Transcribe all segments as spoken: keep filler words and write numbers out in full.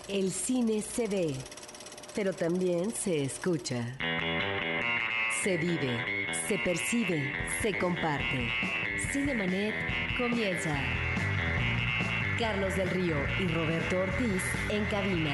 El cine se ve, pero también se escucha. Se vive, se percibe, se comparte. Cinemanet comienza. Carlos del Río y Roberto Ortiz en cabina.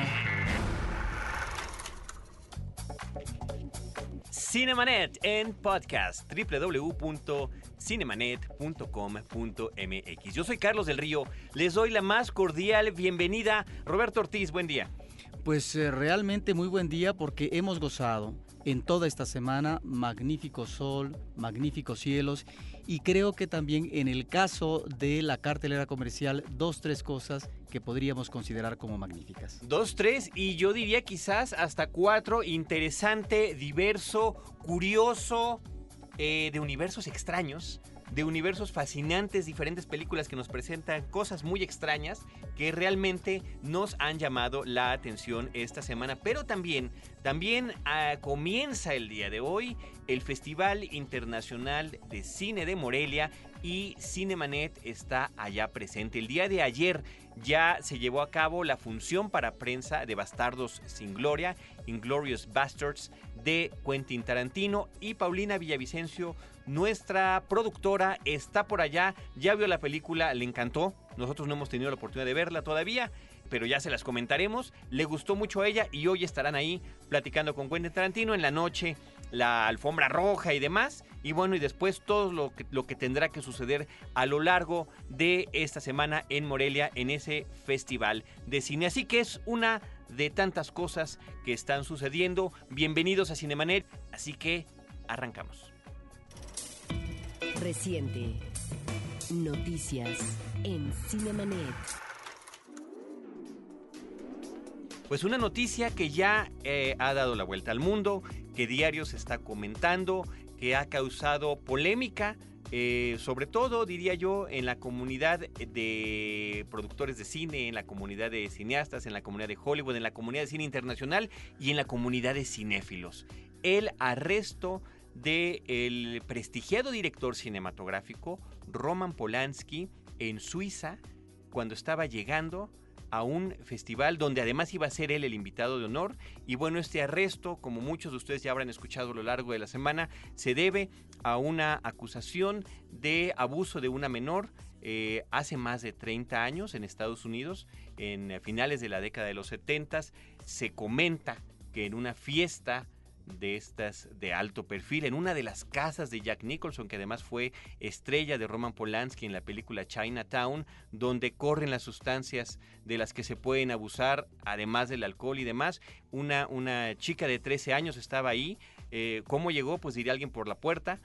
Cinemanet en podcast, doble u doble u doble u punto cinemanet punto com punto m x. Yo soy Carlos del Río, les doy la más cordial bienvenida. Roberto Ortiz, buen día. Pues eh, realmente muy buen día porque hemos gozado en toda esta semana magnífico sol, magníficos cielos y creo que también en el caso de la cartelera comercial, dos, tres cosas que podríamos considerar como magníficas. Dos, tres y yo diría quizás hasta cuatro, interesante, diverso, curioso, eh, de universos extraños, de universos fascinantes, diferentes películas que nos presentan cosas muy extrañas que realmente nos han llamado la atención esta semana. Pero también, también uh, comienza el día de hoy el Festival Internacional de Cine de Morelia y Cinemanet está allá presente. El día de ayer ya se llevó a cabo la función para prensa de Bastardos sin Gloria, Inglourious Basterds, de Quentin Tarantino, y Paulina Villavicencio, nuestra productora, está por allá, ya vio la película, le encantó. Nosotros no hemos tenido la oportunidad de verla todavía, pero ya se las comentaremos. Le gustó mucho a ella y hoy estarán ahí platicando con Quentin Tarantino. En la noche, la alfombra roja y demás. Y bueno, y después todo lo que, lo que tendrá que suceder a lo largo de esta semana en Morelia, en ese festival de cine. Así que es una de tantas cosas que están sucediendo. Bienvenidos a Cinemanet, así que arrancamos. Reciente. Noticias en Cinemanet. Pues una noticia que ya eh, ha dado la vuelta al mundo, que diario se está comentando, que ha causado polémica, eh, sobre todo, diría yo, en la comunidad de productores de cine, en la comunidad de cineastas, en la comunidad de Hollywood, en la comunidad de cine internacional y en la comunidad de cinéfilos. El arresto del prestigiado director cinematográfico Roman Polanski en Suiza cuando estaba llegando a un festival donde además iba a ser él el invitado de honor. Y bueno, este arresto, como muchos de ustedes ya habrán escuchado a lo largo de la semana, se debe a una acusación de abuso de una menor eh, hace más de treinta años en Estados Unidos, en finales de la década de los setentas. Se comenta que en una fiesta de estas de alto perfil, en una de las casas de Jack Nicholson, que además fue estrella de Roman Polanski en la película Chinatown, donde corren las sustancias de las que se pueden abusar, además del alcohol y demás. Una, una chica de trece años estaba ahí. Eh, ¿Cómo llegó? Pues diría alguien por la puerta.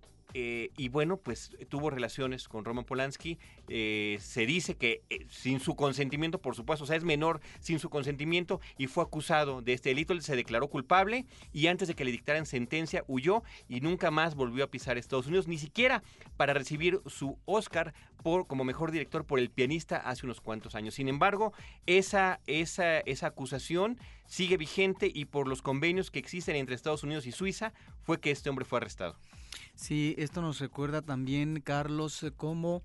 Eh, y bueno, pues tuvo relaciones con Roman Polanski. Eh, se dice que eh, sin su consentimiento, por supuesto, o sea, es menor sin su consentimiento, y fue acusado de este delito. Él se declaró culpable y antes de que le dictaran sentencia huyó y nunca más volvió a pisar Estados Unidos, ni siquiera para recibir su Oscar por, como mejor director por El pianista hace unos cuantos años. Sin embargo, esa, esa, esa acusación sigue vigente y por los convenios que existen entre Estados Unidos y Suiza fue que este hombre fue arrestado. Sí, esto nos recuerda también, Carlos, cómo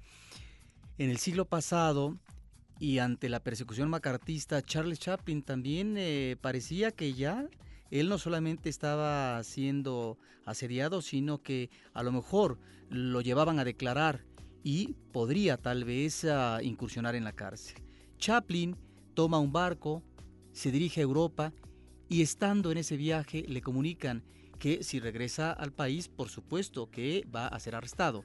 en el siglo pasado y ante la persecución macartista, Charles Chaplin también eh, parecía que ya él no solamente estaba siendo asediado, sino que a lo mejor lo llevaban a declarar y podría tal vez uh, incursionar en la cárcel. Chaplin toma un barco, se dirige a Europa y estando en ese viaje le comunican que si regresa al país, por supuesto que va a ser arrestado.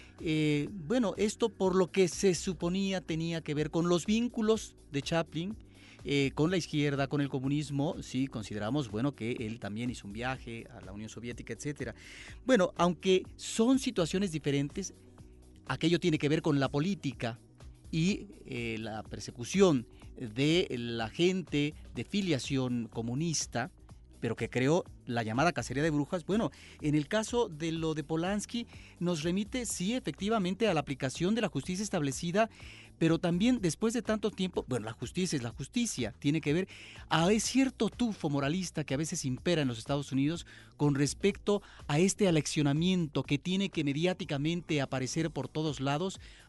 Eh, bueno, esto por lo que se suponía tenía que ver con los vínculos de Chaplin eh, con la izquierda, con el comunismo. Sí, consideramos, bueno, que él también hizo un viaje a la Unión Soviética, etcétera. Bueno, aunque son situaciones diferentes, aquello tiene que ver con la política y eh, la persecución de la gente de filiación comunista, pero que creó la llamada cacería de brujas. Bueno, en el caso de lo de Polanski nos remite, sí, efectivamente a la aplicación de la justicia establecida, pero también después de tanto tiempo, bueno, la justicia es la justicia, tiene que ver a cierto tufo moralista que a veces impera en los Estados Unidos con respecto a este aleccionamiento que tiene que mediáticamente aparecer por todos lados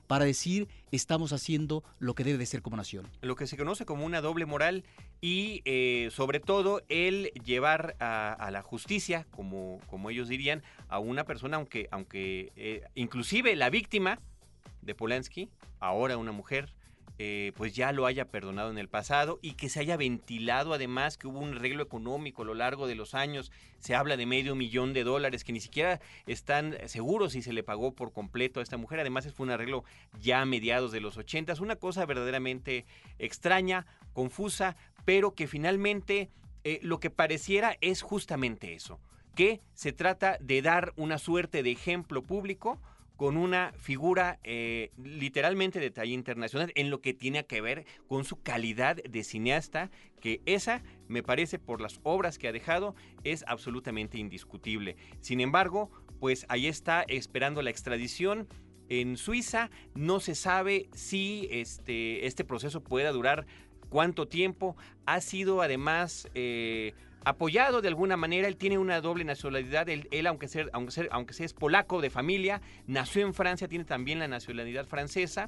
para decir estamos haciendo lo que debe de ser como nación. Lo que se conoce como una doble moral y eh, sobre todo el llevar a, a la justicia, como, como ellos dirían, a una persona, aunque, aunque eh, inclusive la víctima de Polanski, ahora una mujer, Eh, pues ya lo haya perdonado en el pasado y que se haya ventilado además que hubo un arreglo económico a lo largo de los años. Se habla de medio millón de dólares que ni siquiera están seguros si se le pagó por completo a esta mujer. Además fue un arreglo ya a mediados de los ochentas, una cosa verdaderamente extraña, confusa, pero que finalmente eh, lo que pareciera es justamente eso, que se trata de dar una suerte de ejemplo público con una figura eh, literalmente de talla internacional en lo que tiene que ver con su calidad de cineasta, que esa, me parece, por las obras que ha dejado, es absolutamente indiscutible. Sin embargo, pues ahí está esperando la extradición en Suiza. No se sabe si este, este proceso pueda durar cuánto tiempo. Ha sido además Eh, apoyado de alguna manera. Él tiene una doble nacionalidad, él, él aunque, sea, aunque, sea, aunque sea es polaco de familia, nació en Francia, tiene también la nacionalidad francesa,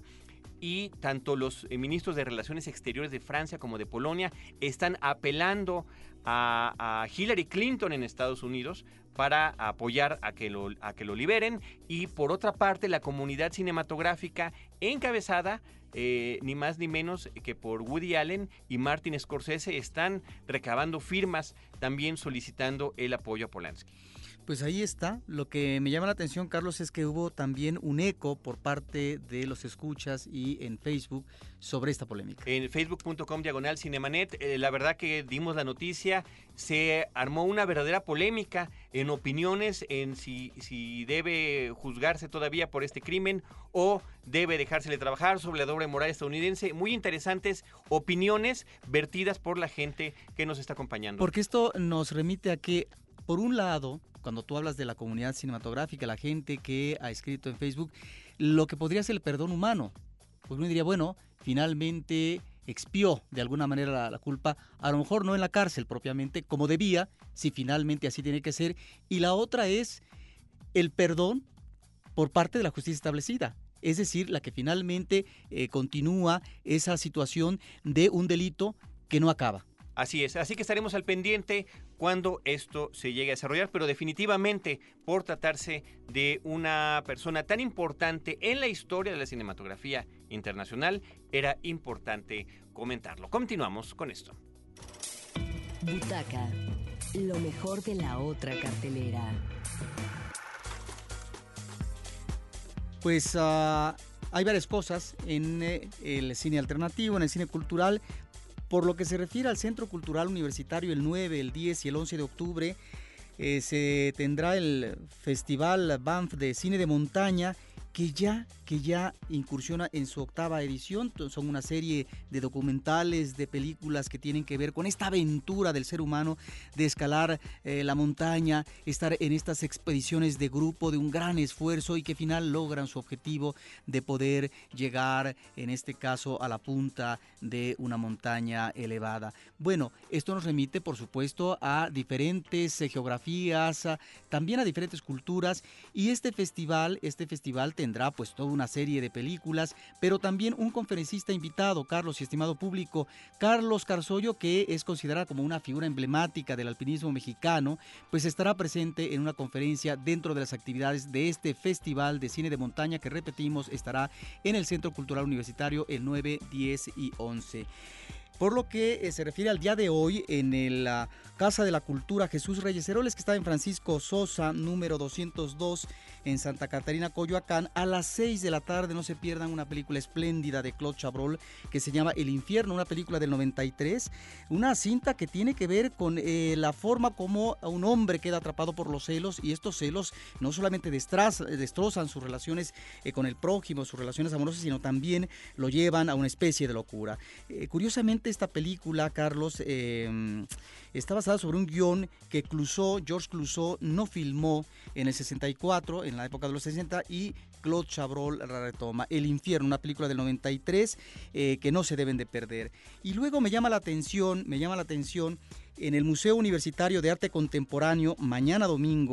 y tanto los eh, ministros de Relaciones Exteriores de Francia como de Polonia están apelando a, a Hillary Clinton en Estados Unidos para apoyar a que, lo, a que lo liberen. Y por otra parte, la comunidad cinematográfica encabezada Eh, ni más ni menos que por Woody Allen y Martin Scorsese están recabando firmas también solicitando el apoyo a Polanski. Pues ahí está. Lo que me llama la atención, Carlos, es que hubo también un eco por parte de los escuchas y en Facebook sobre esta polémica. En facebook punto com diagonal Cinemanet, eh, la verdad que dimos la noticia, se armó una verdadera polémica en opiniones en si, si debe juzgarse todavía por este crimen o debe dejársele trabajar, sobre la doble moral estadounidense. Muy interesantes opiniones vertidas por la gente que nos está acompañando. Porque esto nos remite a que, por un lado, cuando tú hablas de la comunidad cinematográfica, la gente que ha escrito en Facebook, lo que podría ser el perdón humano, pues uno diría, bueno, finalmente expió de alguna manera la, la culpa, a lo mejor no en la cárcel propiamente, como debía, si finalmente así tiene que ser, y la otra es el perdón por parte de la justicia establecida, es decir, la que finalmente eh, continúa esa situación de un delito que no acaba. Así es, así que estaremos al pendiente cuando esto se llegue a desarrollar, pero definitivamente por tratarse de una persona tan importante en la historia de la cinematografía internacional, era importante comentarlo. Continuamos con esto. Butaca, lo mejor de la otra cartelera. Pues uh, hay varias cosas en eh, el cine alternativo, en el cine cultural. Por lo que se refiere al Centro Cultural Universitario, el nueve, el diez y el once de octubre eh, se tendrá el Festival Banff de Cine de Montaña, que ya, que ya incursiona en su octava edición. Son una serie de documentales, de películas que tienen que ver con esta aventura del ser humano de escalar eh, la montaña, estar en estas expediciones de grupo de un gran esfuerzo y que al final logran su objetivo de poder llegar, en este caso, a la punta de una montaña elevada. Bueno, esto nos remite, por supuesto, a diferentes eh, geografías, a, también a diferentes culturas, y este festival, este festival tendrá pues toda una serie de películas, pero también un conferencista invitado, Carlos y estimado público, Carlos Carsollo, que es considerado como una figura emblemática del alpinismo mexicano, pues estará presente en una conferencia dentro de las actividades de este Festival de Cine de Montaña, que repetimos, estará en el Centro Cultural Universitario el nueve, diez y once. Por lo que eh, se refiere al día de hoy, en el, la Casa de la Cultura Jesús Reyes Heroles, que está en Francisco Sosa, número doscientos dos, en Santa Catarina, Coyoacán, a las seis de la tarde. No se pierdan una película espléndida de Claude Chabrol que se llama El Infierno, una película del noventa y tres, una cinta que tiene que ver con eh, la forma como un hombre queda atrapado por los celos, y estos celos no solamente destraz, destrozan sus relaciones eh, con el prójimo, sus relaciones amorosas, sino también lo llevan a una especie de locura. Eh, curiosamente, esta película, Carlos, eh, está basada sobre un guión que Clouseau, Georges Clouseau, no filmó en el sesenta y cuatro, en la época de los sesenta, y Claude Chabrol la retoma. El Infierno, una película del noventa y tres eh, que no se deben de perder. Y luego me llama la atención, me llama la atención en el Museo Universitario de Arte Contemporáneo, mañana domingo,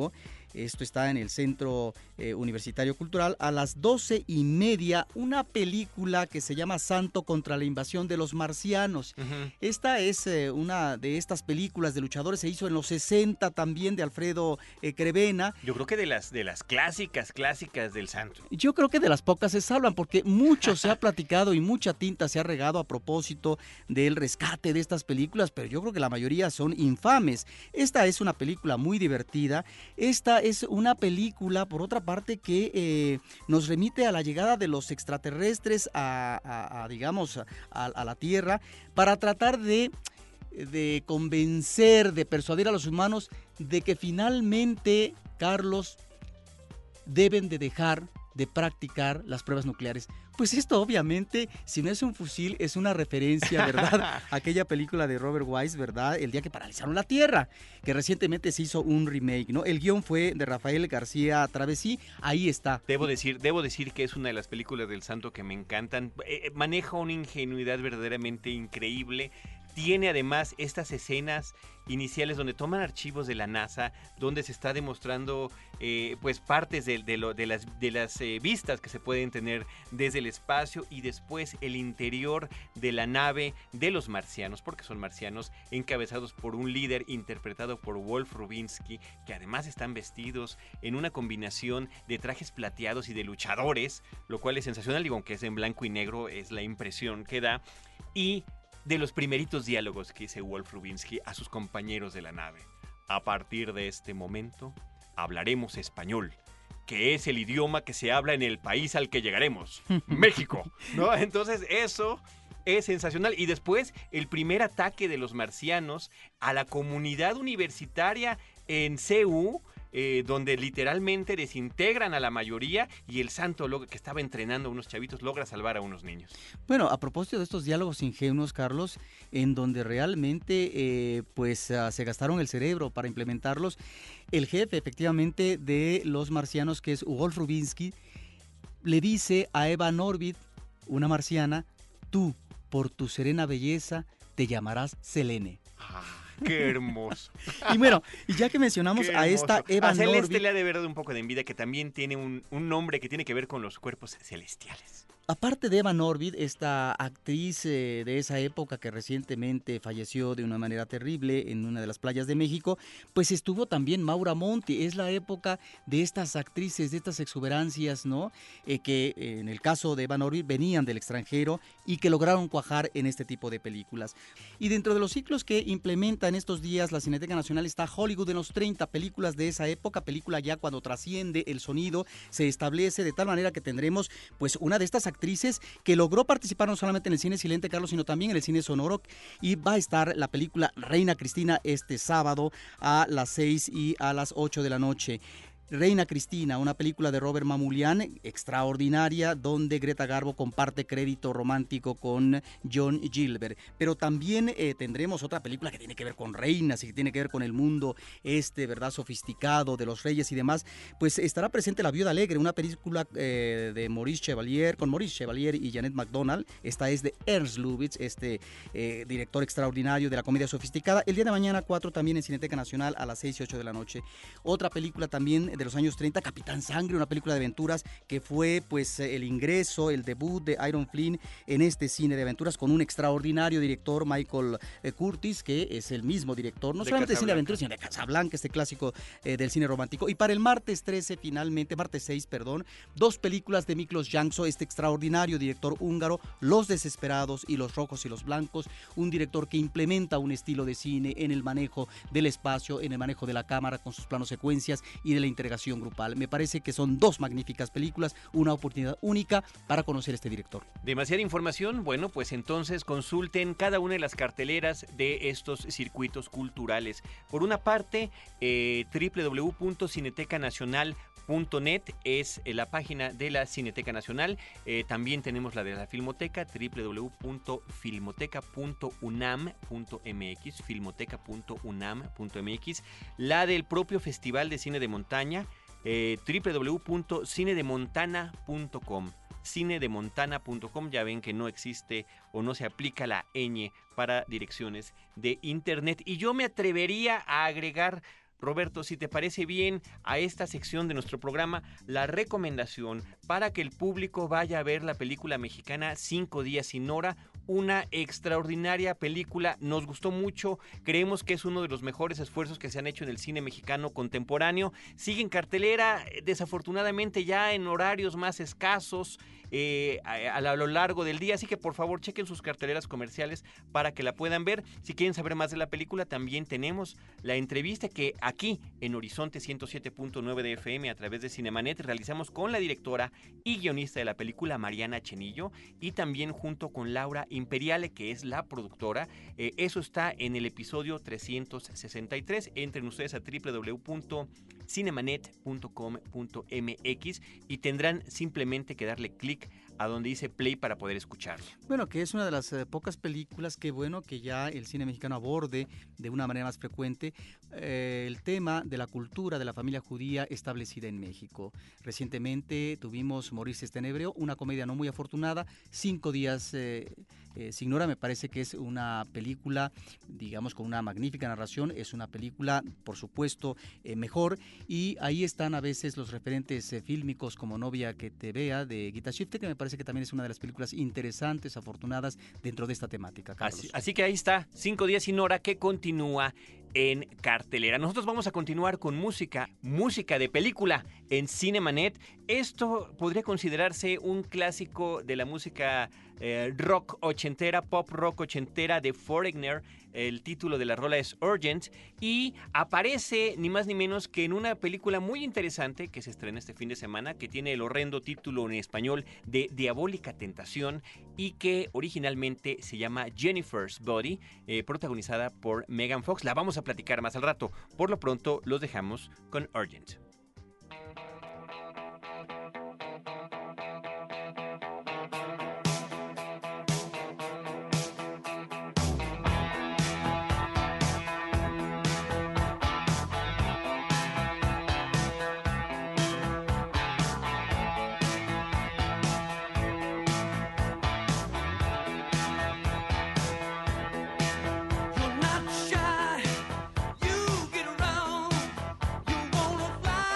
Esto está en el Centro eh, Universitario Cultural. A las doce y media, una película que se llama Santo contra la invasión de los marcianos. Uh-huh. Esta es eh, una de estas películas de luchadores, se hizo en los sesenta también, de Alfredo eh, Crevena. Yo creo que de las, de las clásicas, clásicas del Santo. Yo creo que de las pocas se salvan, porque mucho se ha platicado y mucha tinta se ha regado a propósito del rescate de estas películas, pero yo creo que la mayoría son infames. Esta es una película muy divertida. Esta es una película, por otra parte, que eh, nos remite a la llegada de los extraterrestres a, a, a digamos, a, a la Tierra, para tratar de, de convencer, de persuadir a los humanos de que finalmente, Carlos, deben de dejar de practicar las pruebas nucleares. Pues esto obviamente, si no es un fusil, es una referencia, ¿verdad? Aquella película de Robert Wise, ¿verdad? El día que paralizaron la Tierra, que recientemente se hizo un remake, ¿no? El guión fue de Rafael García Travesí, ahí está. Debo decir, debo decir que es una de las películas del Santo que me encantan. Eh, maneja una ingenuidad verdaderamente increíble. Tiene además estas escenas iniciales donde toman archivos de la NASA, donde se está demostrando eh, pues partes de, de, lo, de las, de las eh, vistas que se pueden tener desde el espacio, y después el interior de la nave de los marcianos, porque son marcianos encabezados por un líder interpretado por Wolf Rubinsky, que además están vestidos en una combinación de trajes plateados y de luchadores, lo cual es sensacional, digo, aunque es en blanco y negro, es la impresión que da. Y de los primeritos diálogos que dice Wolf Rubinsky a sus compañeros de la nave: a partir de este momento hablaremos español, que es el idioma que se habla en el país al que llegaremos, México, ¿no? Entonces eso es sensacional. Y después el primer ataque de los marcianos a la comunidad universitaria en C U, Eh, donde literalmente desintegran a la mayoría, y el Santo, que estaba entrenando a unos chavitos, logra salvar a unos niños. Bueno, a propósito de estos diálogos ingenuos, Carlos, en donde realmente eh, pues uh, se gastaron el cerebro para implementarlos, el jefe efectivamente de los marcianos, que es Wolf Rubinsky, le dice a Eva Norvid, una marciana: tú, por tu serena belleza, te llamarás Selene. Ah. ¡Qué hermoso! Y bueno, y ya que mencionamos a esta Eva Norvid... A Celeste le ha de verdad un poco de envidia, que también tiene un, un nombre que tiene que ver con los cuerpos celestiales. Aparte de Eva Norvid, esta actriz eh, de esa época que recientemente falleció de una manera terrible en una de las playas de México, pues estuvo también Maura Monti. Es la época de estas actrices, de estas exuberancias, ¿no? Eh, que eh, en el caso de Eva Norvid venían del extranjero y que lograron cuajar en este tipo de películas. Y dentro de los ciclos que implementa en estos días la Cineteca Nacional está Hollywood en los treinta, películas de esa época, película ya cuando trasciende el sonido, se establece de tal manera que tendremos pues una de estas actrices actrices que logró participar no solamente en el cine silente, Carlos, sino también en el cine sonoro, y va a estar la película Reina Cristina este sábado a las seis y a las ocho de la noche. Reina Cristina, una película de Robert Mamoulian extraordinaria, donde Greta Garbo comparte crédito romántico con John Gilbert. Pero también eh, tendremos otra película que tiene que ver con reinas y que tiene que ver con el mundo este, ¿verdad?, sofisticado de los reyes y demás. Pues estará presente La Viuda Alegre, una película eh, de Maurice Chevalier, con Maurice Chevalier y Janet MacDonald. Esta es de Ernst Lubitsch, este eh, director extraordinario de la comedia sofisticada. El día de mañana, cuatro, también en Cineteca Nacional a las seis y ocho de la noche. Otra película también de los años treinta, Capitán Sangre, una película de aventuras que fue pues el ingreso, el debut de Iron Flynn en este cine de aventuras, con un extraordinario director, Michael eh, Curtis, que es el mismo director, no de solamente de cine de aventuras, sino de Casablanca, este clásico eh, del cine romántico. Y para el martes trece, finalmente, martes seis, perdón, dos películas de Miklos Jankso, este extraordinario director húngaro, Los Desesperados y Los Rojos y los Blancos, un director que implementa un estilo de cine en el manejo del espacio, en el manejo de la cámara con sus planos secuencias y de la integración grupal. Me parece que son dos magníficas películas, una oportunidad única para conocer a este director. Demasiada información. Bueno, pues entonces consulten cada una de las carteleras de estos circuitos culturales. Por una parte, eh, doble u doble u doble u punto cineteca nacional punto net es la página de la Cineteca Nacional. Eh, también tenemos la de la Filmoteca, doble u doble u doble u punto filmoteca punto unam punto m x, filmoteca punto unam punto m x. La del propio Festival de Cine de Montaña, eh, doble u doble u doble u punto cine de montana punto com. cine de montana punto com, ya ven que no existe o no se aplica la ñ para direcciones de internet. Y yo me atrevería a agregar Roberto, si te parece bien, a esta sección de nuestro programa, la recomendación para que el público vaya a ver la película mexicana Cinco días sin hora, una extraordinaria película, nos gustó mucho, creemos que es uno de los mejores esfuerzos que se han hecho en el cine mexicano contemporáneo, sigue en cartelera, desafortunadamente ya en horarios más escasos, Eh, a, a lo largo del día, así que por favor chequen sus carteleras comerciales para que la puedan ver. Si quieren saber más de la película, también tenemos la entrevista que aquí en Horizonte ciento siete punto nueve de F M a través de Cinemanet realizamos con la directora y guionista de la película, Mariana Chenillo, y también junto con Laura Imperiale, que es la productora. Eh, eso está en el episodio trescientos sesenta y tres. Entren ustedes a doble u doble u doble u punto cinemanet punto com punto m x y tendrán simplemente que darle clic a donde dice play para poder escucharlo. Bueno, que es una de las eh, pocas películas que bueno que ya el cine mexicano aborde de una manera más frecuente eh, el tema de la cultura de la familia judía establecida en México. Recientemente tuvimos Morirse está en hebreo, una comedia no muy afortunada, Cinco días eh, eh, sin hora, me parece que es una película, digamos, con una magnífica narración, es una película, por supuesto, eh, mejor, y ahí están a veces los referentes eh, fílmicos como Novia que te vea, de Gita Shifter, que me parece que también es una de las películas interesantes, afortunadas dentro de esta temática, Carlos. Así, así que ahí está, Cinco días sin hora, que continúa en cartelera. Nosotros vamos a continuar con música, música de película en Cinemanet. Esto podría considerarse un clásico de la música eh, rock ochentera, pop rock ochentera de Foreigner. El título de la rola es Urgent y aparece ni más ni menos que en una película muy interesante que se estrena este fin de semana, que tiene el horrendo título en español de Diabólica Tentación y que originalmente se llama Jennifer's Body, eh, protagonizada por Megan Fox. La vamos a platicar más al rato. Por lo pronto los dejamos con Urgent. You're not shy, you get around, you wanna fly.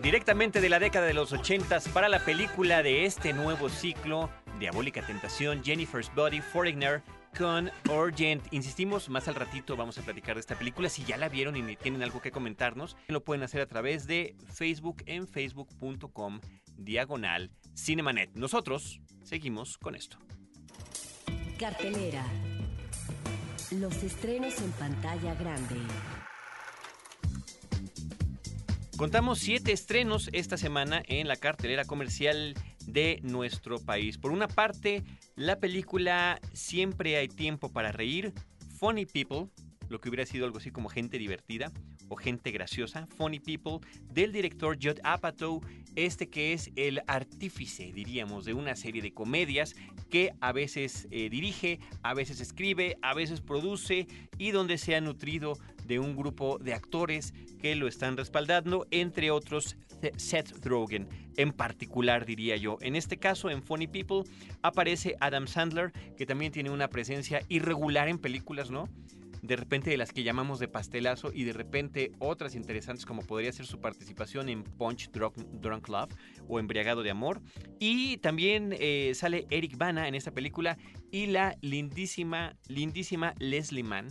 directamente de la década de los ochentas para la película de este nuevo ciclo, Diabólica Tentación, Jennifer's Body, Foreigner, con Urgent. Insistimos, más al ratito vamos a platicar de esta película. Si ya la vieron y tienen algo que comentarnos, lo pueden hacer a través de Facebook en facebook punto com diagonal Cinemanet. Nosotros seguimos con esto. Cartelera. Los estrenos en pantalla grande. Contamos siete estrenos esta semana en la cartelera comercial de nuestro país. Por una parte, la película Siempre hay tiempo para reír, Funny People, lo que hubiera sido algo así como gente divertida o gente graciosa, Funny People, del director Judd Apatow, este que es el artífice, diríamos, de una serie de comedias que a veces eh, dirige, a veces escribe, a veces produce y donde se ha nutrido de un grupo de actores que lo están respaldando, entre otros Seth Rogen en particular, diría yo. En este caso, en Funny People, aparece Adam Sandler, que también tiene una presencia irregular en películas, ¿no? De repente de las que llamamos de pastelazo y de repente otras interesantes como podría ser su participación en Punch Drunk, Drunk Love o Embriagado de Amor. Y también eh, sale Eric Bana en esta película y la lindísima, lindísima Leslie Mann,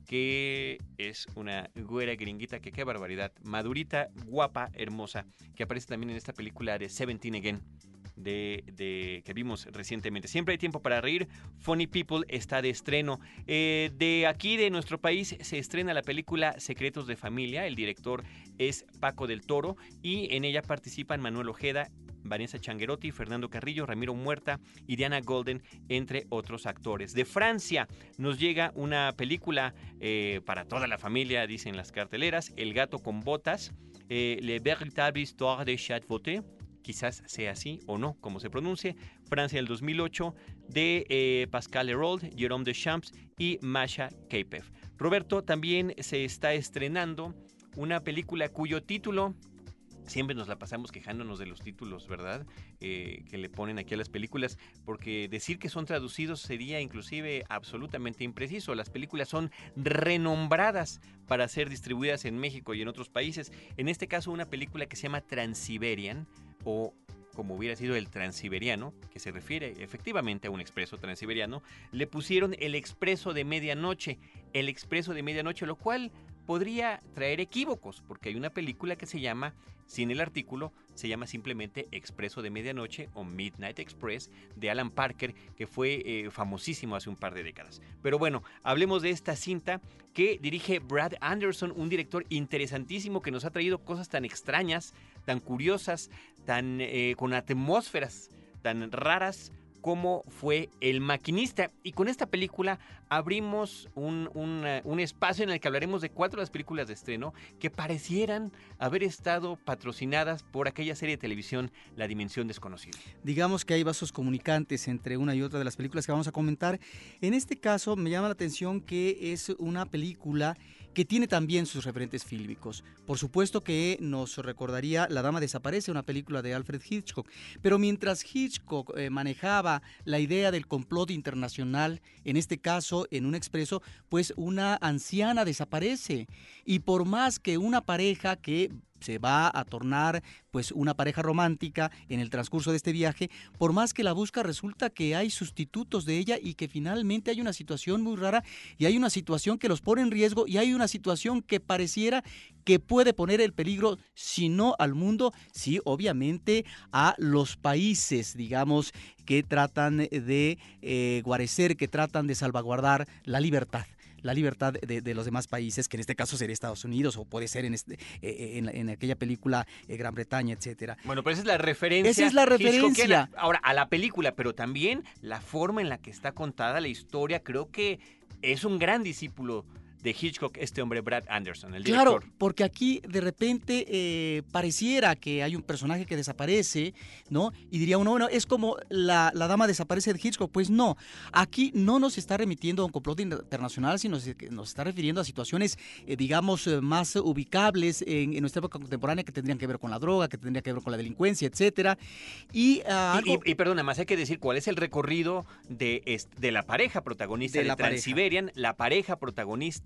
que es una güera gringuita que qué barbaridad, madurita, guapa, hermosa, que aparece también en esta película de Seventeen Again. De, de, que vimos recientemente. Siempre hay tiempo para reír. Funny People está de estreno. Eh, de aquí, de nuestro país, se estrena la película Secretos de Familia. El director es Paco del Toro y en ella participan Manuel Ojeda, Vanessa Changuerotti, Fernando Carrillo, Ramiro Muerta y Diana Golden, entre otros actores. De Francia nos llega una película eh, para toda la familia, dicen las carteleras, El gato con botas, eh, Le véritable histoire de Chateauté, quizás sea así o no, como se pronuncie, Francia del dos mil ocho, de eh, Pascal Hérold, Jérôme Deschamps y Masha Kepev. Roberto, también se está estrenando una película cuyo título, siempre nos la pasamos quejándonos de los títulos, ¿verdad? Eh, que le ponen aquí a las películas, porque decir que son traducidos sería inclusive absolutamente impreciso. Las películas son renombradas para ser distribuidas en México y en otros países. En este caso, una película que se llama Transiberian, o como hubiera sido el Transiberiano, que se refiere efectivamente a un expreso transiberiano, le pusieron el expreso de medianoche, el expreso de medianoche, lo cual podría traer equívocos, porque hay una película que se llama, sin el artículo, se llama simplemente Expreso de Medianoche o Midnight Express, de Alan Parker, que fue eh, famosísimo hace un par de décadas. Pero bueno, hablemos de esta cinta que dirige Brad Anderson, un director interesantísimo que nos ha traído cosas tan extrañas, tan curiosas, tan eh, con atmósferas tan raras como fue El Maquinista. Y con esta película abrimos un, un, un espacio en el que hablaremos de cuatro de las películas de estreno que parecieran haber estado patrocinadas por aquella serie de televisión La Dimensión Desconocida. Digamos que hay vasos comunicantes entre una y otra de las películas que vamos a comentar. En este caso me llama la atención que es una película que tiene también sus referentes fílmicos. Por supuesto que nos recordaría La Dama Desaparece, una película de Alfred Hitchcock. Pero mientras Hitchcock eh, manejaba la idea del complot internacional, en este caso en un expreso, pues una anciana desaparece. Y por más que una pareja que se va a tornar pues una pareja romántica en el transcurso de este viaje, por más que la busca, resulta que hay sustitutos de ella y que finalmente hay una situación muy rara y hay una situación que los pone en riesgo y hay una situación que pareciera que puede poner en peligro, si no al mundo, sí obviamente a los países, digamos, que tratan de eh, guarecer, que tratan de salvaguardar la libertad. la libertad de, de los demás países, que en este caso sería Estados Unidos o puede ser en, este, eh, en, en aquella película eh, Gran Bretaña, etcétera. Bueno, pero esa es la referencia. Esa es la referencia. Ahora, a la película, pero también la forma en la que está contada la historia, creo que es un gran discípulo de Hitchcock, este hombre Brad Anderson, el director. Claro, porque aquí de repente eh, pareciera que hay un personaje que desaparece, ¿no? Y diría uno, bueno, es como la, la dama desaparece de Hitchcock. Pues no, aquí no nos está remitiendo a un complot internacional, sino que nos está refiriendo a situaciones, eh, digamos, eh, más ubicables en, en nuestra época contemporánea, que tendrían que ver con la droga, que tendrían que ver con la delincuencia, etcétera. Y, uh, algo... y, y, y perdona, más hay que decir cuál es el recorrido de, de la pareja protagonista de, de la Transiberian, pareja. la pareja protagonista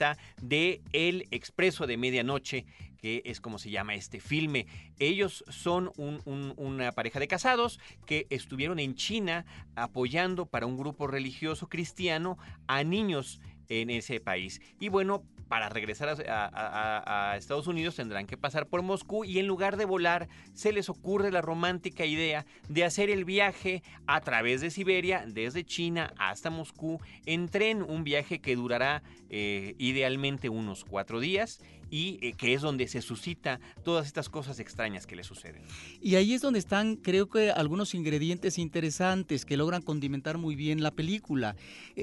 protagonista de El Expreso de Medianoche, que es como se llama este filme. Ellos son un, un, una pareja de casados que estuvieron en China apoyando para un grupo religioso cristiano a niños en ese país. Y bueno, para regresar a, a, a Estados Unidos tendrán que pasar por Moscú y en lugar de volar se les ocurre la romántica idea de hacer el viaje a través de Siberia, desde China hasta Moscú, en tren, un viaje que durará eh, idealmente unos cuatro días y eh, que es donde se suscita todas estas cosas extrañas que le suceden. Y ahí es donde están, creo que, algunos ingredientes interesantes que logran condimentar muy bien la película.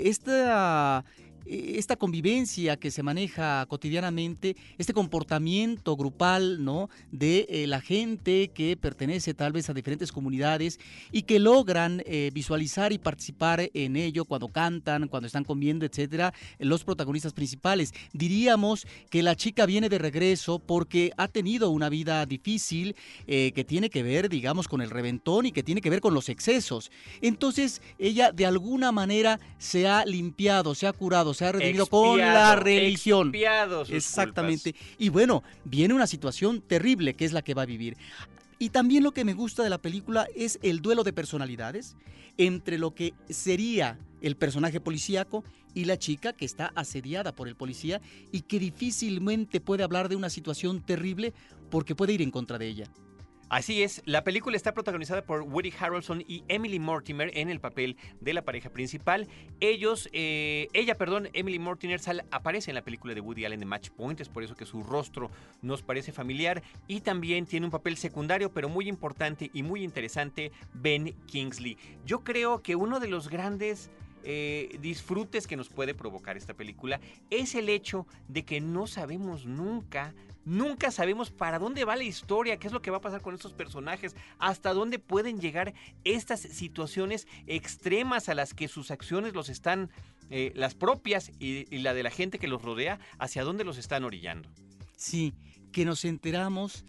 Esta... esta convivencia que se maneja cotidianamente, este comportamiento grupal, ¿no?, de eh, la gente que pertenece tal vez a diferentes comunidades y que logran eh, visualizar y participar en ello cuando cantan, cuando están comiendo, etcétera, los protagonistas principales. Diríamos que la chica viene de regreso porque ha tenido una vida difícil eh, que tiene que ver, digamos, con el reventón y que tiene que ver con los excesos. Entonces, ella de alguna manera se ha limpiado, se ha curado, se ha redimido expiado, con la religión. Expiado sus Exactamente. culpas. Y bueno, viene una situación terrible que es la que va a vivir. Y también lo que me gusta de la película es el duelo de personalidades entre lo que sería el personaje policíaco y la chica que está asediada por el policía y que difícilmente puede hablar de una situación terrible porque puede ir en contra de ella. Así es, la película está protagonizada por Woody Harrelson y Emily Mortimer en el papel de la pareja principal. Ellos, eh, ella, perdón, Emily Mortimer sal, aparece en la película de Woody Allen de Match Point, es por eso que su rostro nos parece familiar, y también tiene un papel secundario, pero muy importante y muy interesante, Ben Kingsley. Yo creo que uno de los grandes Eh, disfrutes que nos puede provocar esta película es el hecho de que no sabemos nunca, nunca sabemos para dónde va la historia, qué es lo que va a pasar con estos personajes, hasta dónde pueden llegar estas situaciones extremas a las que sus acciones los están, eh, las propias y, y la de la gente que los rodea, hacia dónde los están orillando. Sí, que nos enteramos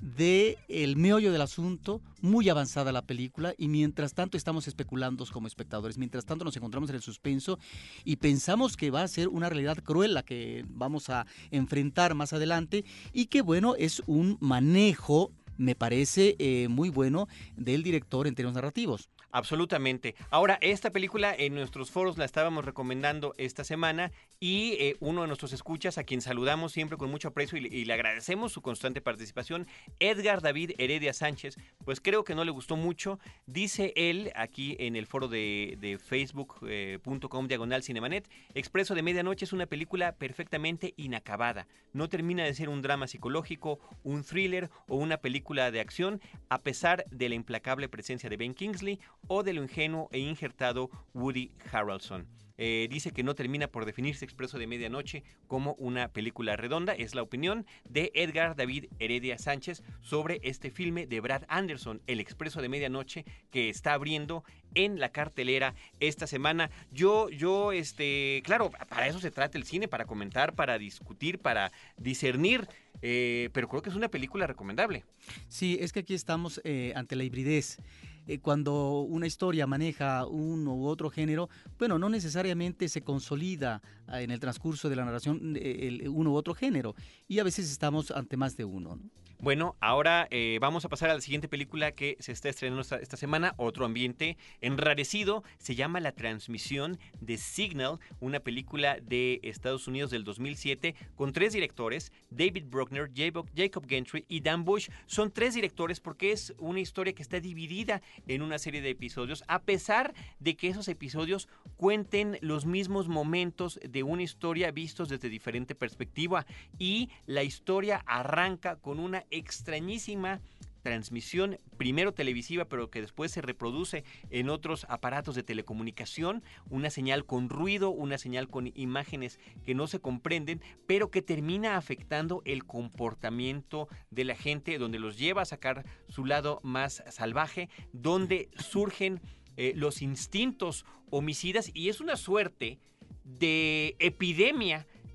de el meollo del asunto, muy avanzada la película, y mientras tanto estamos especulando como espectadores, mientras tanto nos encontramos en el suspenso y pensamos que va a ser una realidad cruel la que vamos a enfrentar más adelante, y que bueno, es un manejo, me parece eh, muy bueno del director en términos narrativos. Absolutamente. Ahora, esta película en nuestros foros la estábamos recomendando esta semana y eh, uno de nuestros escuchas, a quien saludamos siempre con mucho aprecio y le, y le agradecemos su constante participación, Edgar David Heredia Sánchez, pues creo que no le gustó mucho. Dice él aquí en el foro de, de facebook punto com eh, diagonal Cinemanet, Expreso de Medianoche es una película perfectamente inacabada. No termina de ser un drama psicológico, un thriller o una película de acción, a pesar de la implacable presencia de Ben Kingsley o de lo ingenuo e injertado Woody Harrelson. Eh, dice que no termina por definirse Expreso de Medianoche como una película redonda. Es la opinión de Edgar David Heredia Sánchez sobre este filme de Brad Anderson, El Expreso de Medianoche, que está abriendo en la cartelera esta semana. Yo, yo, este, claro, para eso se trata el cine, para comentar, para discutir, para discernir, eh, pero creo que es una película recomendable. Sí, es que aquí estamos eh, ante la hibridez. Eh, cuando una historia maneja uno u otro género, bueno, no necesariamente se consolida eh, en el transcurso de la narración eh, el uno u otro género, y a veces estamos ante más de uno, ¿no? Bueno, ahora eh, vamos a pasar a la siguiente película que se está estrenando esta, esta semana, otro ambiente enrarecido, se llama La Transmisión de Signal, una película de Estados Unidos del dos mil siete con tres directores, David Bruckner, Jacob Gentry y Dan Bush. Son tres directores porque es una historia que está dividida en una serie de episodios, a pesar de que esos episodios cuenten los mismos momentos de una historia vistos desde diferente perspectiva, y la historia arranca con una extrañísima transmisión, primero televisiva, pero que después se reproduce en otros aparatos de telecomunicación, una señal con ruido, una señal con imágenes que no se comprenden, pero que termina afectando el comportamiento de la gente, donde los lleva a sacar su lado más salvaje, donde surgen eh, los instintos homicidas, y es una suerte de epidemia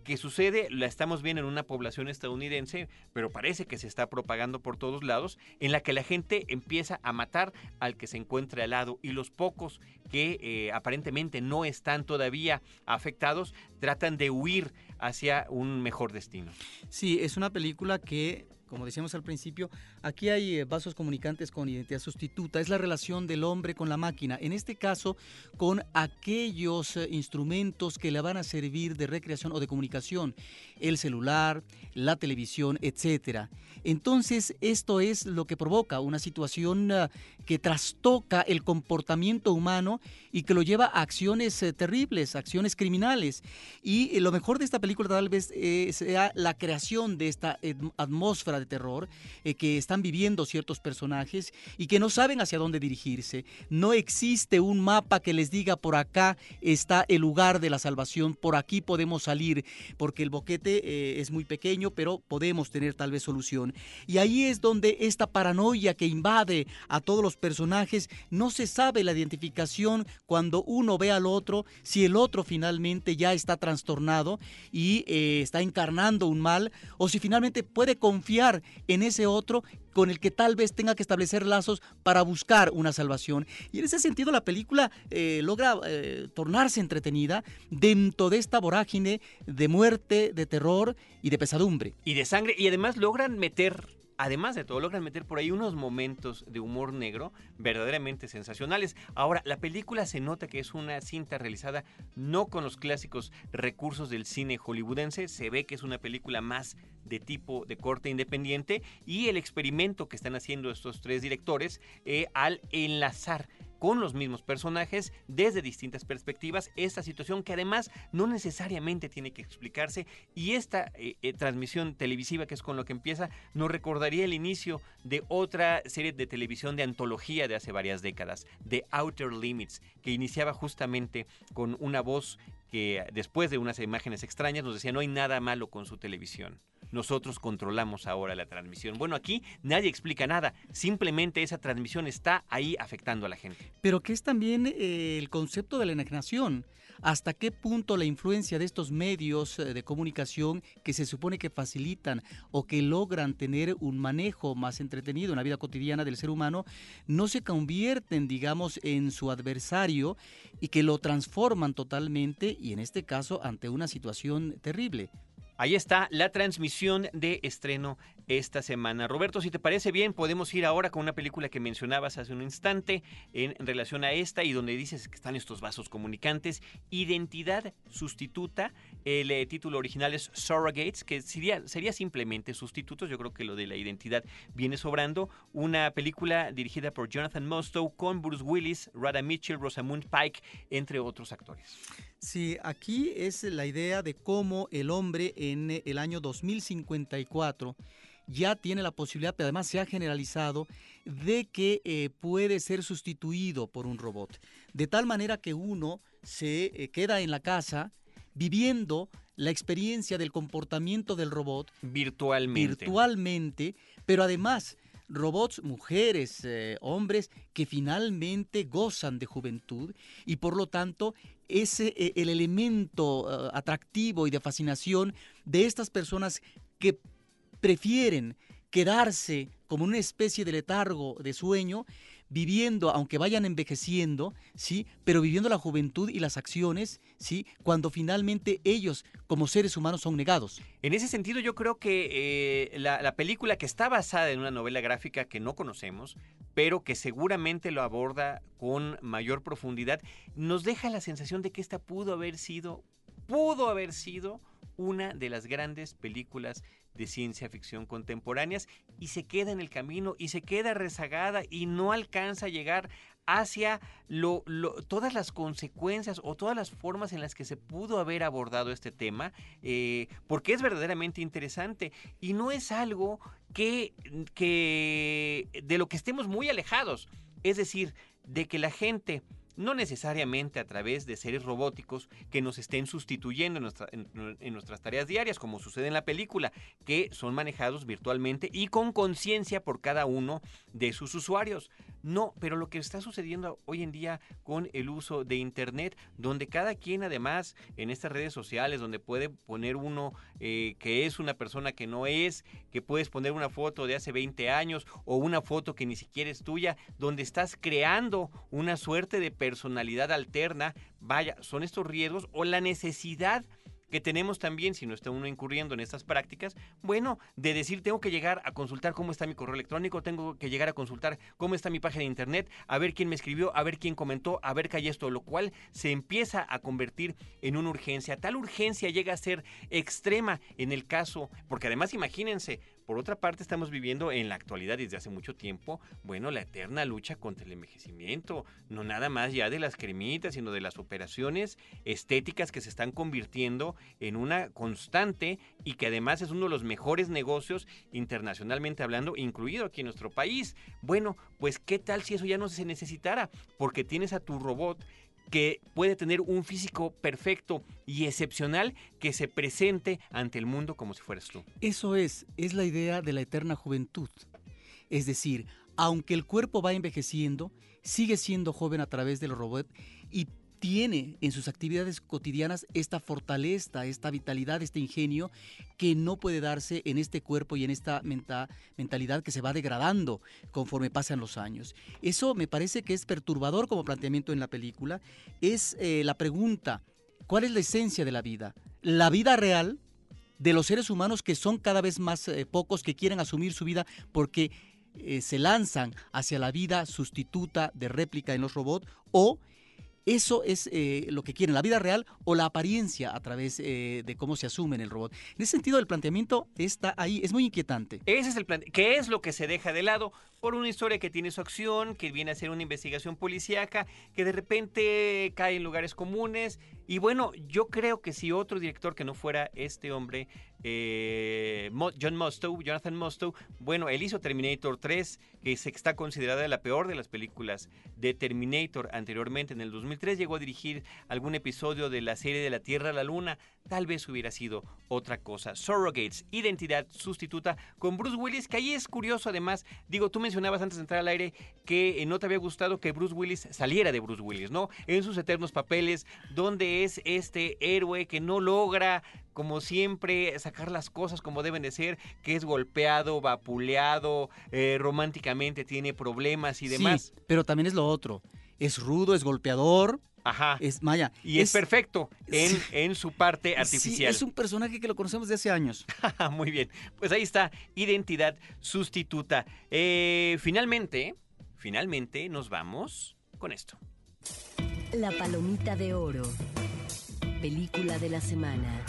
que sucede, la estamos viendo en una población estadounidense, pero parece que se está propagando por todos lados, en la que la gente empieza a matar al que se encuentra al lado, y los pocos que eh, aparentemente no están todavía afectados tratan de huir hacia un mejor destino. Sí, es una película que, como decíamos al principio, aquí hay vasos comunicantes con identidad sustituta. Es la relación del hombre con la máquina, en este caso con aquellos instrumentos que le van a servir de recreación o de comunicación, el celular, la televisión, etcétera. Entonces, esto es lo que provoca una situación uh, que trastoca el comportamiento humano y que lo lleva a acciones uh, terribles, acciones criminales. Y eh, lo mejor de esta película tal vez eh, sea la creación de esta eh, atmósfera de terror eh, que están viviendo ciertos personajes y que no saben hacia dónde dirigirse. No existe un mapa que les diga por acá está el lugar de la salvación, por aquí podemos salir, porque el boquete eh, es muy pequeño, pero podemos tener tal vez solución. Y ahí es donde esta paranoia que invade a todos los personajes, no se sabe la identificación cuando uno ve al otro, si el otro finalmente ya está trastornado y eh, está encarnando un mal, o si finalmente puede confiar en ese otro con el que tal vez tenga que establecer lazos para buscar una salvación. Y en ese sentido la película eh, logra eh, tornarse entretenida dentro de esta vorágine de muerte, de terror y de pesadumbre. Y de sangre, y además logran meter... Además de todo, logran meter por ahí unos momentos de humor negro verdaderamente sensacionales. Ahora, la película se nota que es una cinta realizada no con los clásicos recursos del cine hollywoodense. Se ve que es una película más de tipo de corte independiente, y el experimento que están haciendo estos tres directores eh, al enlazar con los mismos personajes desde distintas perspectivas esta situación que además no necesariamente tiene que explicarse, y esta eh, eh, transmisión televisiva, que es con lo que empieza, nos recordaría el inicio de otra serie de televisión de antología de hace varias décadas, The Outer Limits, que iniciaba justamente con una voz que después de unas imágenes extrañas nos decía: no hay nada malo con su televisión, nosotros controlamos ahora la transmisión. Bueno, aquí nadie explica nada, simplemente esa transmisión está ahí afectando a la gente. Pero que es también eh, el concepto de la enajenación. ¿Hasta qué punto la influencia de estos medios eh, de comunicación que se supone que facilitan o que logran tener un manejo más entretenido en la vida cotidiana del ser humano no se convierten, digamos, en su adversario y que lo transforman totalmente, y en este caso ante una situación terrible? Ahí está la transmisión de estreno esta semana. Roberto, si te parece bien, podemos ir ahora con una película que mencionabas hace un instante en relación a esta, y donde dices que están estos vasos comunicantes. Identidad sustituta. El eh, título original es Surrogates, que sería, sería simplemente sustitutos. Yo creo que lo de la identidad viene sobrando. Una película dirigida por Jonathan Mostow con Bruce Willis, Radha Mitchell, Rosamund Pike, entre otros actores. Sí, aquí es la idea de cómo el hombre en el año dos mil cincuenta y cuatro ya tiene la posibilidad, pero además se ha generalizado, de que eh, puede ser sustituido por un robot. De tal manera que uno se eh, queda en la casa viviendo la experiencia del comportamiento del robot virtualmente. Virtualmente, pero además robots, mujeres, eh, hombres, que finalmente gozan de juventud, y por lo tanto ese eh, el elemento uh, atractivo y de fascinación de estas personas que prefieren quedarse como una especie de letargo, de sueño, viviendo, aunque vayan envejeciendo, ¿sí? Pero viviendo la juventud y las acciones, ¿sí? Cuando finalmente ellos, como seres humanos, son negados. En ese sentido, yo creo que eh, la, la película, que está basada en una novela gráfica que no conocemos, pero que seguramente lo aborda con mayor profundidad, nos deja la sensación de que esta pudo haber sido, pudo haber sido una de las grandes películas de ciencia ficción contemporáneas, y se queda en el camino y se queda rezagada y no alcanza a llegar hacia lo, lo, todas las consecuencias o todas las formas en las que se pudo haber abordado este tema, eh, porque es verdaderamente interesante y no es algo que, que de lo que estemos muy alejados, es decir, de que la gente, no necesariamente a través de seres robóticos que nos estén sustituyendo en, nuestra, en, en nuestras tareas diarias, como sucede en la película, que son manejados virtualmente y con conciencia por cada uno de sus usuarios. No, pero lo que está sucediendo hoy en día con el uso de Internet, donde cada quien además en estas redes sociales, donde puede poner uno eh, que es una persona que no es, que puedes poner una foto de hace veinte años o una foto que ni siquiera es tuya, donde estás creando una suerte de personalidad alterna, vaya, son estos riesgos o la necesidad que tenemos también, si no está uno incurriendo en estas prácticas, bueno, de decir, tengo que llegar a consultar cómo está mi correo electrónico, tengo que llegar a consultar cómo está mi página de internet, a ver quién me escribió, a ver quién comentó, a ver qué hay esto, lo cual se empieza a convertir en una urgencia. Tal urgencia llega a ser extrema en el caso, porque además imagínense, por otra parte estamos viviendo en la actualidad desde hace mucho tiempo, bueno, la eterna lucha contra el envejecimiento, no nada más ya de las cremitas, sino de las operaciones estéticas que se están convirtiendo en una constante y que además es uno de los mejores negocios internacionalmente hablando, incluido aquí en nuestro país. Bueno, pues ¿qué tal si eso ya no se necesitara? Porque tienes a tu robot que puede tener un físico perfecto y excepcional que se presente ante el mundo como si fueras tú. Eso es, es la idea de la eterna juventud. Es decir, aunque el cuerpo va envejeciendo, sigue siendo joven a través del robot y tiene en sus actividades cotidianas esta fortaleza, esta vitalidad, este ingenio que no puede darse en este cuerpo y en esta menta, mentalidad que se va degradando conforme pasan los años. Eso me parece que es perturbador como planteamiento en la película. Es eh, la pregunta, ¿cuál es la esencia de la vida? La vida real de los seres humanos que son cada vez más eh, pocos, que quieren asumir su vida porque eh, se lanzan hacia la vida sustituta de réplica en los robots, o eso es eh, lo que quieren, la vida real o la apariencia a través eh, de cómo se asume en el robot. En ese sentido, el planteamiento está ahí, es muy inquietante. Ese es el plan, ¿qué es lo que se deja de lado? Por una historia que tiene su acción, que viene a ser una investigación policíaca, que de repente cae en lugares comunes. Y bueno, yo creo que si otro director que no fuera este hombre, eh, John Mustow, Jonathan Mustow, bueno, él hizo Terminator tres, que se está considerada la peor de las películas de Terminator. Anteriormente, en el dos mil tres, llegó a dirigir algún episodio de la serie de la Tierra a la Luna. Tal vez hubiera sido otra cosa. Surrogates, Identidad Sustituta, con Bruce Willis, que ahí es curioso además. Digo, tú mencionabas antes de entrar al aire que eh, no te había gustado que Bruce Willis saliera de Bruce Willis, ¿no? En sus eternos papeles, donde es este héroe que no logra, como siempre, sacar las cosas como deben de ser, que es golpeado, vapuleado, eh, románticamente tiene problemas y demás. Sí, pero también es lo otro. Es rudo, es golpeador. Ajá. Es Maya. Y es, es perfecto en, sí, en su parte artificial. Sí, es un personaje que lo conocemos de hace años. Muy bien. Pues ahí está, Identidad Sustituta. Eh, finalmente, finalmente nos vamos con esto. La Palomita de Oro. Película de la semana.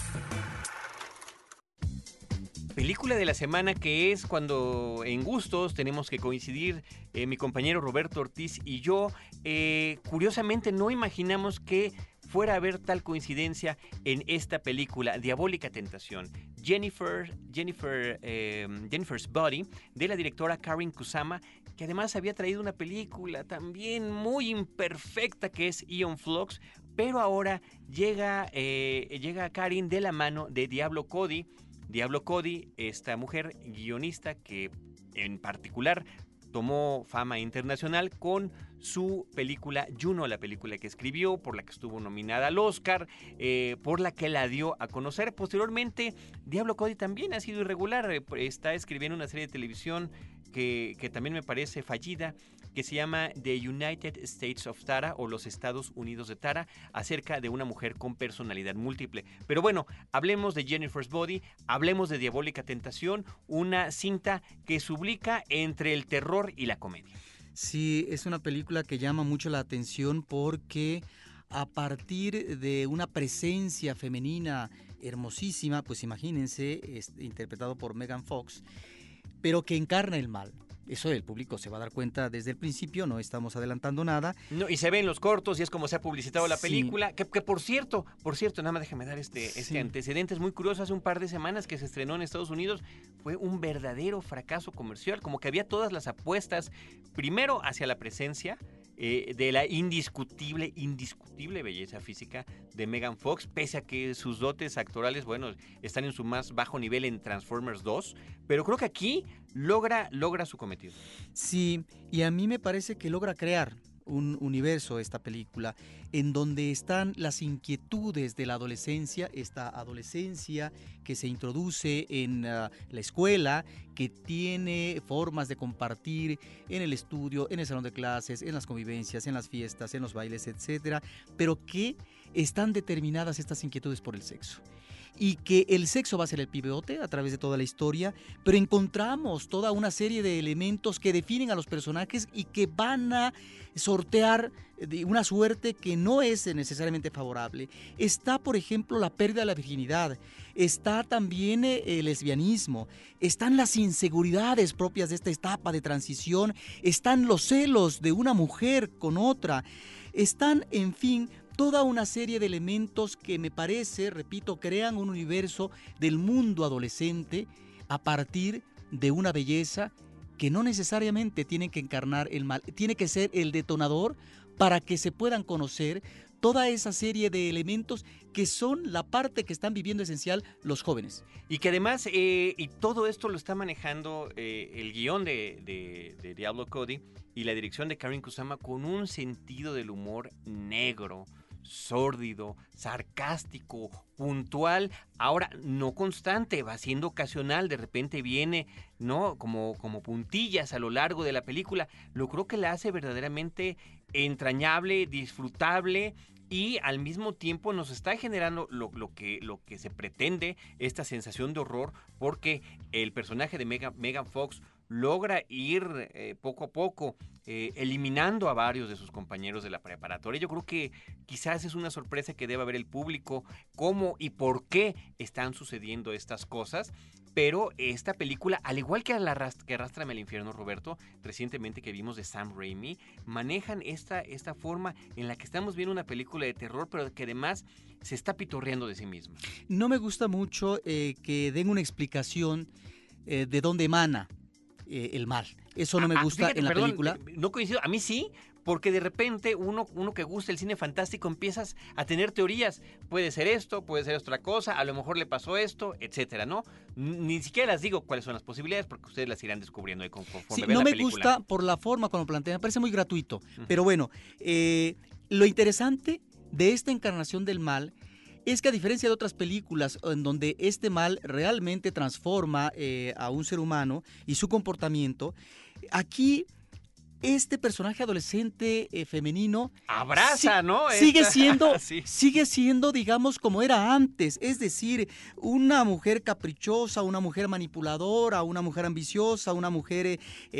Película de la semana, que es cuando en gustos tenemos que coincidir eh, mi compañero Roberto Ortiz y yo. Eh, curiosamente no imaginamos que fuera a haber tal coincidencia en esta película, Diabólica Tentación. Jennifer, Jennifer, eh, Jennifer's Body, de la directora Karyn Kusama, que además había traído una película también muy imperfecta que es Aeon Flux, pero ahora llega, eh, llega Karyn de la mano de Diablo Cody. Diablo Cody, esta mujer guionista que en particular tomó fama internacional con su película Juno, la película que escribió, por la que estuvo nominada al Oscar, eh, por la que la dio a conocer. Posteriormente, Diablo Cody también ha sido irregular, eh, está escribiendo una serie de televisión que, que también me parece fallida, que se llama The United States of Tara, o Los Estados Unidos de Tara, acerca de una mujer con personalidad múltiple. Pero bueno, hablemos de Jennifer's Body, hablemos de Diabólica Tentación, una cinta que sublica entre el terror y la comedia. Sí, es una película que llama mucho la atención porque a partir de una presencia femenina hermosísima, pues imagínense, es interpretado por Megan Fox, pero que encarna el mal. Eso el público se va a dar cuenta desde el principio, no estamos adelantando nada. No, y se ven los cortos y es como se ha publicitado la película, sí. que, que por cierto, por cierto, nada más déjame dar este, este sí. antecedente, es muy curioso, hace un par de semanas que se estrenó en Estados Unidos, fue un verdadero fracaso comercial, como que había todas las apuestas, primero hacia la presencia eh, de la indiscutible, indiscutible belleza física de Megan Fox, pese a que sus dotes actorales, bueno, están en su más bajo nivel en Transformers dos, pero creo que aquí logra, logra su cometido. Sí, y a mí me parece que logra crear un universo esta película en donde están las inquietudes de la adolescencia, esta adolescencia que se introduce en uh, la escuela, que tiene formas de compartir en el estudio, en el salón de clases, en las convivencias, en las fiestas, en los bailes, etcétera, pero que están determinadas estas inquietudes por el sexo. Y que el sexo va a ser el pivote a través de toda la historia, pero encontramos toda una serie de elementos que definen a los personajes y que van a sortear de una suerte que no es necesariamente favorable. Está, por ejemplo, la pérdida de la virginidad, está también el lesbianismo, están las inseguridades propias de esta etapa de transición, están los celos de una mujer con otra, están, en fin, toda una serie de elementos que me parece, repito, crean un universo del mundo adolescente a partir de una belleza que no necesariamente tiene que encarnar el mal, tiene que ser el detonador para que se puedan conocer toda esa serie de elementos que son la parte que están viviendo esencial los jóvenes. Y que además, eh, y todo esto lo está manejando eh, el guión de, de, de Diablo Cody y la dirección de Karyn Kusama con un sentido del humor negro, sórdido, sarcástico, puntual, ahora no constante, va siendo ocasional, de repente viene, ¿no? Como, como puntillas a lo largo de la película. Lo creo que la hace verdaderamente entrañable, disfrutable y al mismo tiempo nos está generando lo, lo, que, lo que se pretende, esta sensación de horror, porque el personaje de Megan, Megan Fox logra ir eh, poco a poco eh, eliminando a varios de sus compañeros de la preparatoria. Yo creo que quizás es una sorpresa que deba ver el público, cómo y por qué están sucediendo estas cosas, pero esta película, al igual que la rast- que Arrástrame al Infierno, Roberto, recientemente que vimos de Sam Raimi, manejan esta, esta forma en la que estamos viendo una película de terror, pero que además se está pitorreando de sí misma. No me gusta mucho eh, que den una explicación eh, de dónde emana Eh, el mal. Eso no me gusta ah, fíjate, en la perdón, película. No coincido, a mí sí, porque de repente uno, uno que gusta el cine fantástico empiezas a tener teorías. Puede ser esto, puede ser otra cosa, a lo mejor le pasó esto, etcétera, ¿no? Ni siquiera les digo cuáles son las posibilidades porque ustedes las irán descubriendo ahí conforme sí, ven no la me película. gusta por la forma como plantea, me parece muy gratuito. Uh-huh. Pero bueno, eh, lo interesante de esta encarnación del mal es que a diferencia de otras películas en donde este mal realmente transforma eh, a un ser humano y su comportamiento, aquí este personaje adolescente eh, femenino abraza, sí, ¿no? Sigue siendo, sí. sigue siendo, digamos, como era antes, es decir, una mujer caprichosa, una mujer manipuladora, una mujer ambiciosa, una mujer,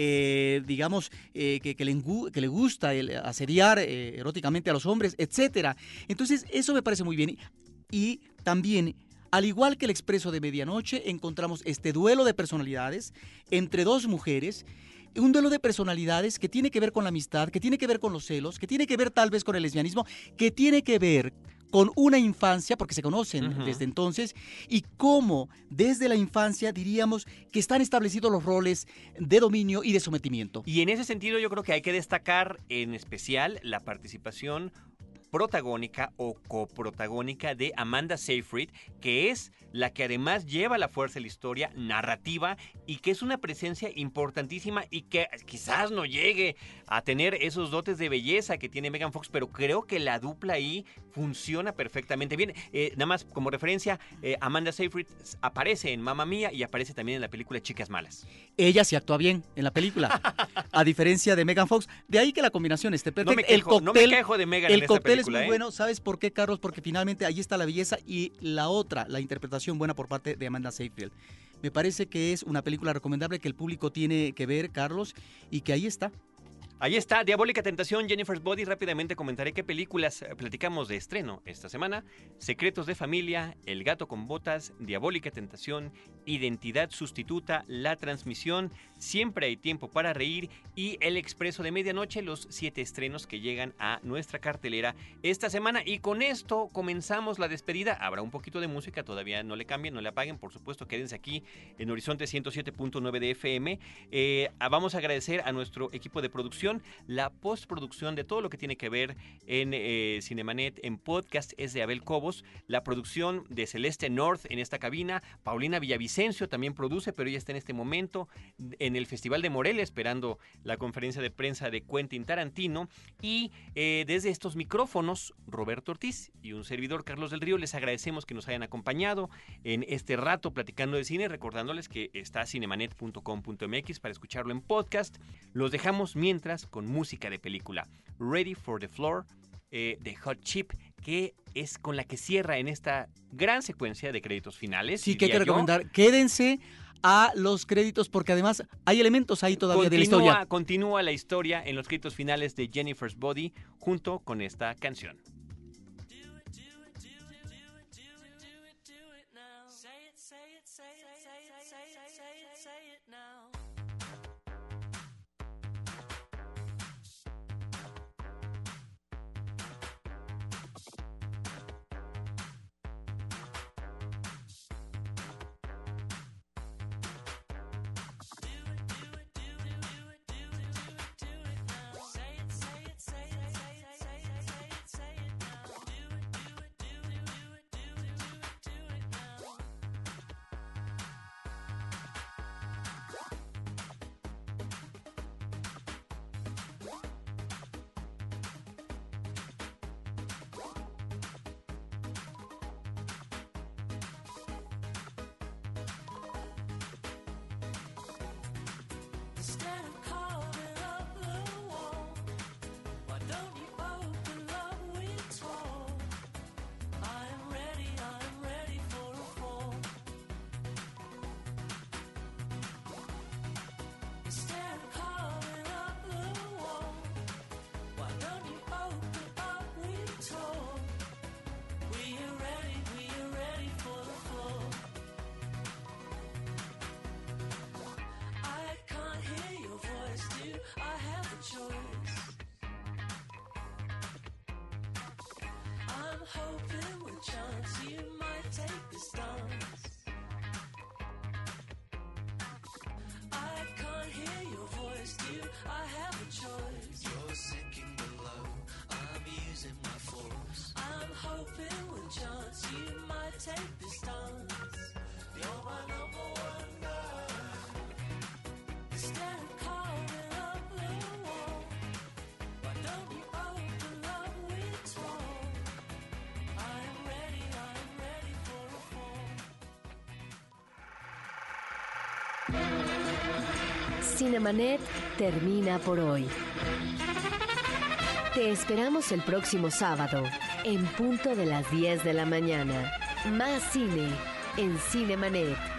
eh, digamos, eh, que, que, le, que le gusta el asediar eh, eróticamente a los hombres, etcétera. Entonces, eso me parece muy bien. Y también, al igual que El Expreso de Medianoche, encontramos este duelo de personalidades entre dos mujeres, un duelo de personalidades que tiene que ver con la amistad, que tiene que ver con los celos, que tiene que ver tal vez con el lesbianismo, que tiene que ver con una infancia, porque se conocen uh-huh. desde entonces, y cómo desde la infancia diríamos que están establecidos los roles de dominio y de sometimiento. Y en ese sentido yo creo que hay que destacar en especial la participación protagónica o coprotagónica de Amanda Seyfried, que es la que además lleva la fuerza de la historia narrativa y que es una presencia importantísima y que quizás no llegue a tener esos dotes de belleza que tiene Megan Fox, pero creo que la dupla ahí funciona perfectamente bien. Eh, nada más como referencia, eh, Amanda Seyfried aparece en Mamma Mía y aparece también en la película Chicas Malas. Ella sí actúa bien en la película, a diferencia de Megan Fox. De ahí que la combinación esté perfecta. No me quejo, el cóctel, no me quejo de Megan el en esta cóctel película, es muy ¿eh? bueno. ¿Sabes por qué, Carlos? Porque finalmente ahí está la belleza y la otra, la interpretación buena por parte de Amanda Seyfried. Me parece que es una película recomendable que el público tiene que ver, Carlos, y que ahí está. Ahí está, Diabólica Tentación, Jennifer's Body. Rápidamente comentaré qué películas platicamos de estreno esta semana. Secretos de Familia, El Gato con Botas, Diabólica Tentación, Identidad Sustituta, La Transmisión, Siempre hay tiempo para reír y El Expreso de Medianoche, los siete estrenos que llegan a nuestra cartelera esta semana. Y con esto comenzamos la despedida. Habrá un poquito de música, todavía no le cambien, no le apaguen. Por supuesto, quédense aquí en Horizonte ciento siete punto nueve de F M. Eh, vamos a agradecer a nuestro equipo de producción, producción. La postproducción de todo lo que tiene que ver en eh, Cinemanet, en podcast, es de Abel Cobos. La producción de Celeste North en esta cabina. Paulina Villavicencio también produce, pero ella está en este momento en el Festival de Morelia esperando la conferencia de prensa de Quentin Tarantino. Y eh, desde estos micrófonos, Roberto Ortiz y un servidor, Carlos del Río, les agradecemos que nos hayan acompañado en este rato platicando de cine, recordándoles que está cinemanet punto com punto m x para escucharlo en podcast. Los dejamos mientras con música de película. Ready for the Floor eh, de Hot Chip, que es con la que cierra en esta gran secuencia de créditos finales. Sí, que hay que recomendar. Yo. Quédense a los créditos porque además hay elementos ahí todavía continúa, de la historia. Continúa la historia en los créditos finales de Jennifer's Body junto con esta canción. Hoping with chance you might take this dance. I can't hear your voice, do I have a choice? You're sinking below, I'm using my force. I'm hoping with chance you might take this dance. You're my number one girl. Instead of calling up the wall, why don't you open up with talk? Cinemanet termina por hoy. Te esperamos el próximo sábado, en punto de las diez de la mañana. Más cine en Cinemanet.